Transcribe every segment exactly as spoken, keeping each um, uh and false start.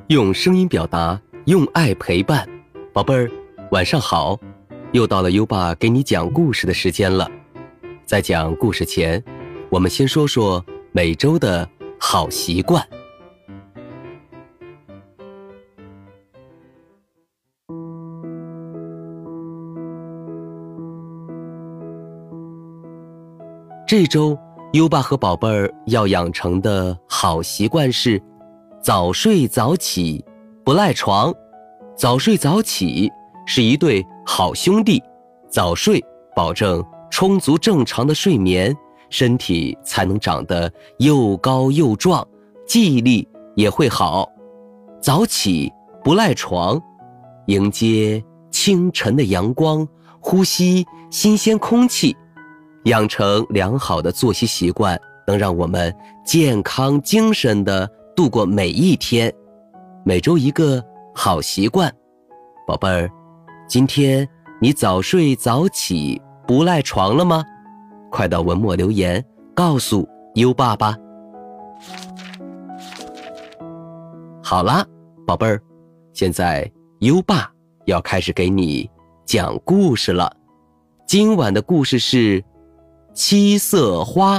用声音表达，用爱陪伴。宝贝儿，晚上好，又到了优爸给你讲故事的时间了。在讲故事前，我们先说说每周的好习惯。这周优爸和宝贝儿要养成的好习惯是早睡早起，不赖床。早睡早起是一对好兄弟，早睡保证充足正常的睡眠，身体才能长得又高又壮，记忆力也会好。早起不赖床，迎接清晨的阳光，呼吸新鲜空气，养成良好的作息习惯，能让我们健康精神地度过每一天。每周一个好习惯。宝贝儿，今天你早睡早起不赖床了吗？快到文末留言告诉优爸吧。好啦，宝贝儿，现在优爸要开始给你讲故事了。今晚的故事是七色花。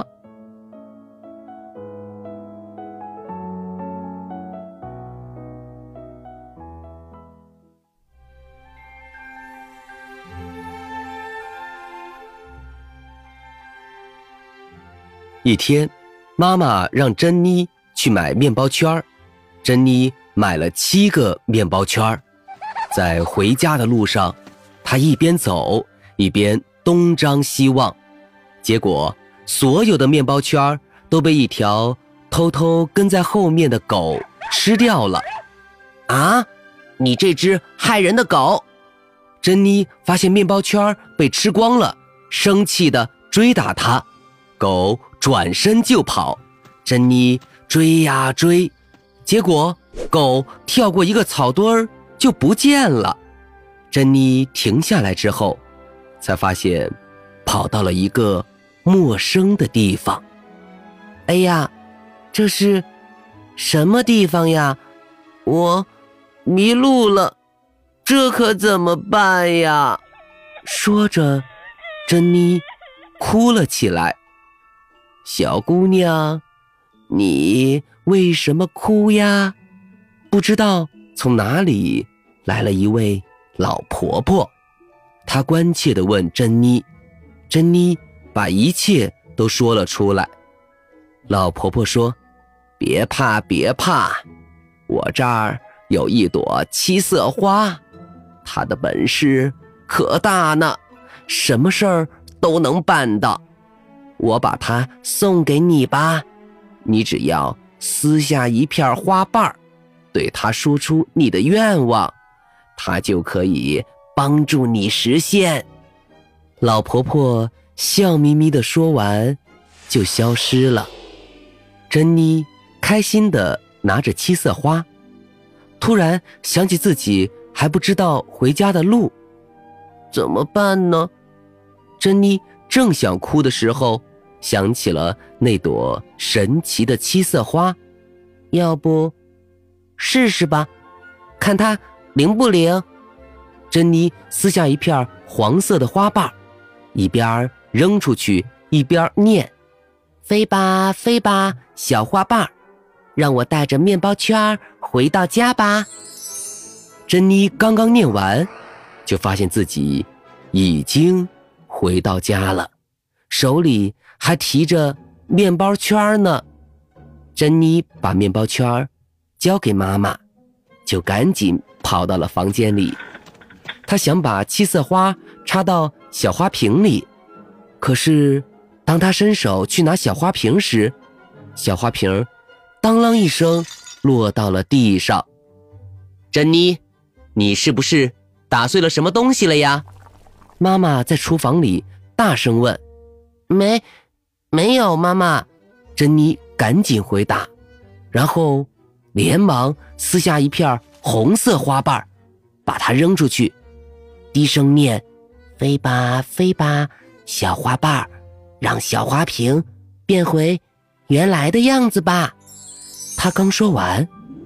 一天，妈妈让珍妮去买面包圈，珍妮买了七个面包圈。在回家的路上，她一边走一边东张西望，结果所有的面包圈都被一条偷偷跟在后面的狗吃掉了。啊，你这只害人的狗！珍妮发现面包圈被吃光了，生气地追打它，狗转身就跑，珍妮追呀追，结果狗跳过一个草堆儿就不见了。珍妮停下来之后，才发现跑到了一个陌生的地方。哎呀，这是什么地方呀？我迷路了，这可怎么办呀？说着，珍妮哭了起来。小姑娘，你为什么哭呀？不知道从哪里来了一位老婆婆，她关切地问珍妮。珍妮把一切都说了出来。老婆婆说：别怕别怕，我这儿有一朵七色花，它的本事可大呢，什么事儿都能办到。我把它送给你吧，你只要撕下一片花瓣，对它说出你的愿望，它就可以帮助你实现。老婆婆笑眯眯地说完，就消失了。珍妮开心地拿着七色花，突然想起自己还不知道回家的路，怎么办呢？珍妮正想哭的时候，想起了那朵神奇的七色花，要不试试吧，看它灵不灵。珍妮撕下一片黄色的花瓣，一边扔出去一边念：飞吧飞吧小花瓣，让我带着面包圈回到家吧。珍妮刚刚念完，就发现自己已经回到家了，手里还提着面包圈呢。珍妮把面包圈交给妈妈，就赶紧跑到了房间里。她想把七色花插到小花瓶里，可是当她伸手去拿小花瓶时，小花瓶当啷一声落到了地上。珍妮，你是不是打碎了什么东西了呀？妈妈在厨房里大声问。没没有，妈妈。珍妮赶紧回答，然后连忙撕下一片红色花瓣，把它扔出去，低声念：飞吧飞吧小花瓣，让小花瓶变回原来的样子吧。她刚说完，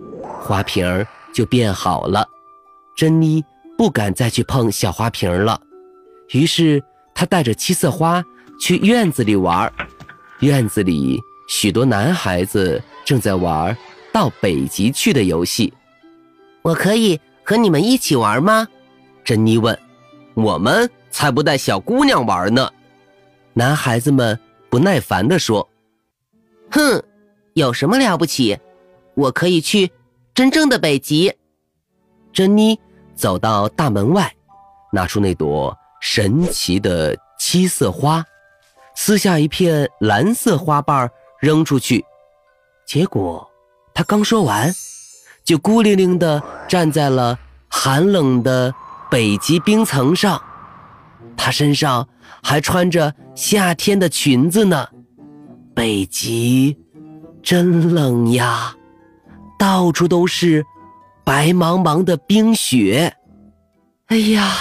花瓶儿就变好了。珍妮不敢再去碰小花瓶了，于是她带着七色花去院子里玩。院子里许多男孩子正在玩到北极去的游戏。 我可以和你们一起玩吗？ 珍妮问。我们才不带小姑娘玩呢，男孩子们不耐烦地说。 哼，有什么了不起？我可以去真正的北极。 珍妮走到大门外，拿出那朵神奇的七色花，撕下一片蓝色花瓣扔出去。结果她刚说完，就孤零零地站在了寒冷的北极冰层上。她身上还穿着夏天的裙子呢。北极真冷呀，到处都是白茫茫的冰雪。哎呀，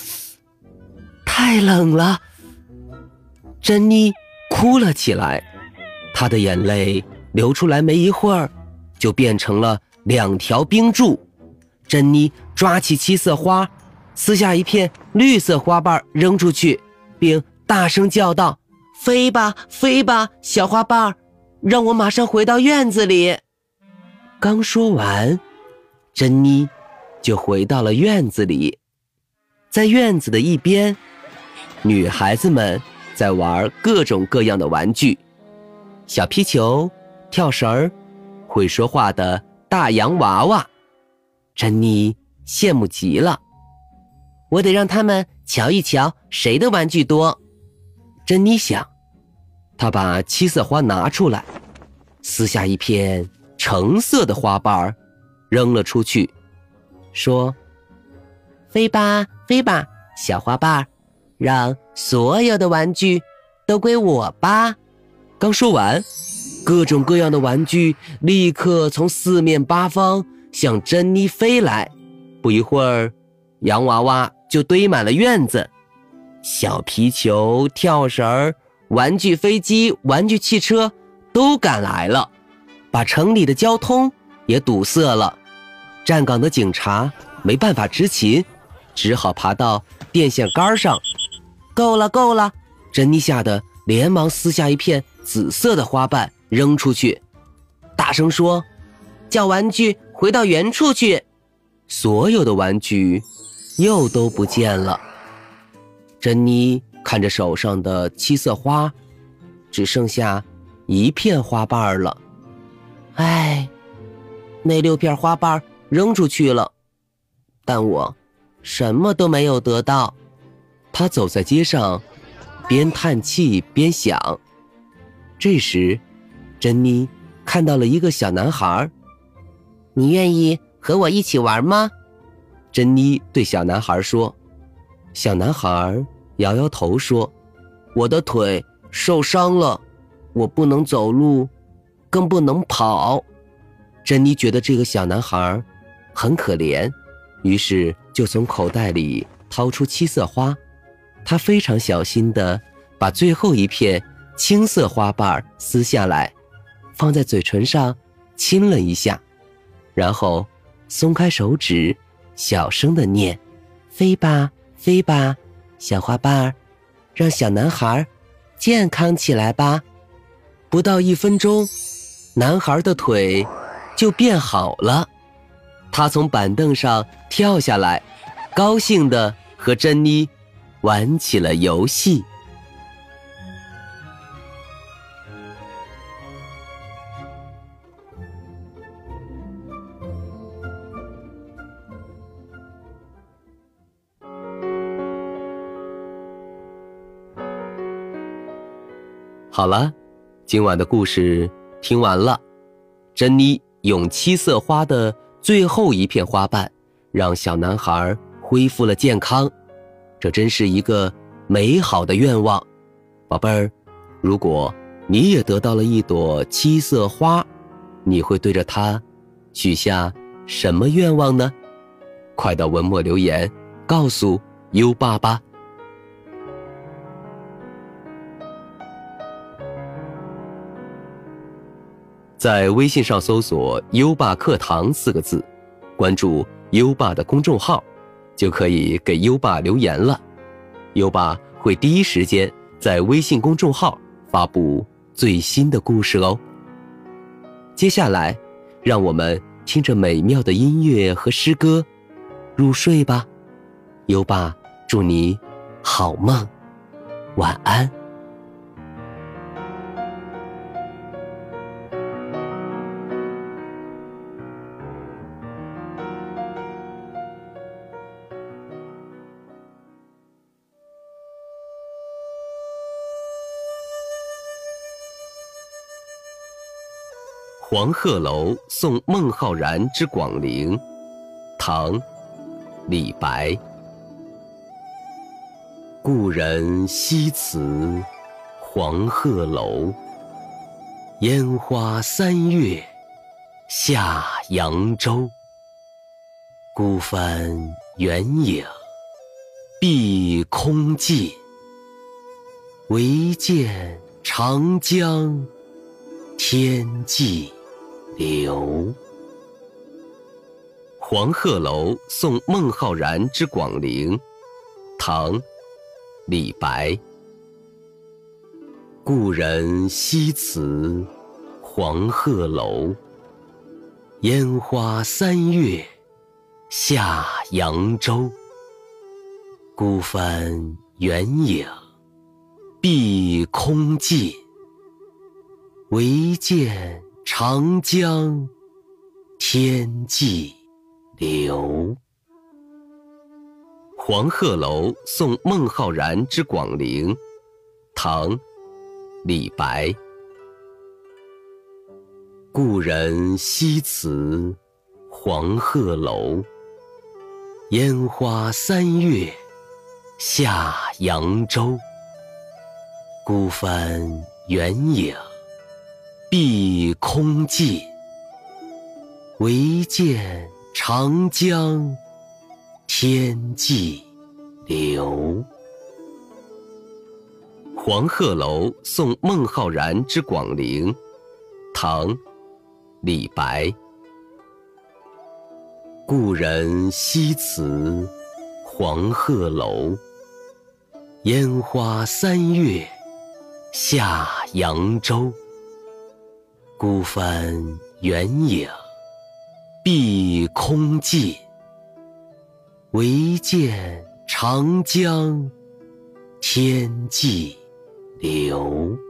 太冷了！珍妮哭了起来，她的眼泪流出来没一会儿，就变成了两条冰柱。珍妮抓起七色花，撕下一片绿色花瓣扔出去，并大声叫道：飞吧，飞吧，小花瓣，让我马上回到院子里。刚说完，珍妮就回到了院子里。在院子的一边，女孩子们在玩各种各样的玩具，小皮球、跳绳、会说话的大洋娃娃。珍妮羡慕极了，我得让他们瞧一瞧谁的玩具多。珍妮想，她把七色花拿出来，撕下一片橙色的花瓣扔了出去，说：飞吧，飞吧，小花瓣，让所有的玩具都归我吧。刚说完，各种各样的玩具立刻从四面八方向珍妮飞来。不一会儿，洋娃娃就堆满了院子，小皮球、跳绳、玩具飞机、玩具汽车都赶来了，把城里的交通也堵塞了。站岗的警察没办法执勤，只好爬到电线杆上。够了，够了！珍妮吓得连忙撕下一片紫色的花瓣扔出去，大声说：叫玩具回到原处去。所有的玩具又都不见了。珍妮看着手上的七色花，只剩下一片花瓣了。唉，那六片花瓣扔出去了，但我什么都没有得到。她走在街上，边叹气边想。这时，珍妮看到了一个小男孩。你愿意和我一起玩吗？珍妮对小男孩说。小男孩摇摇头说：我的腿受伤了，我不能走路，更不能跑。珍妮觉得这个小男孩很可怜，于是就从口袋里掏出七色花。她非常小心地把最后一片青色花瓣撕下来，放在嘴唇上亲了一下，然后松开手指，小声地念：飞吧，飞吧，小花瓣，让小男孩健康起来吧。不到一分钟，男孩的腿就变好了。他从板凳上跳下来，高兴地和珍妮玩起了游戏。好了，今晚的故事听完了。珍妮用七色花的最后一片花瓣，让小男孩恢复了健康，这真是一个美好的愿望。宝贝儿，如果你也得到了一朵七色花，你会对着它许下什么愿望呢？快到文末留言告诉优爸爸。 在微信上搜索优爸课堂四个字，关注优爸的公众号，就可以给优爸留言了。优爸会第一时间在微信公众号发布最新的故事哦。接下来，让我们听着美妙的音乐和诗歌入睡吧。优爸祝你好梦，晚安。黄鹤楼送孟浩然之广陵，唐·李白。故人西辞黄鹤楼，烟花三月下扬州。孤帆远影碧空尽，唯见长江天际流。黄鹤楼送孟浩然之广陵，唐·李白。故人西辞黄鹤楼，烟花三月下扬州。孤帆远影碧空尽，唯见长江天际流。黄鹤楼送孟浩然之广陵，唐·李白。故人西辞黄鹤楼，烟花三月下扬州。孤帆远影碧空尽，唯见长江天际流。黄鹤楼送孟浩然之广陵，唐·李白。故人西辞黄鹤楼，烟花三月下扬州。孤帆远影碧空尽，唯见长江天际流。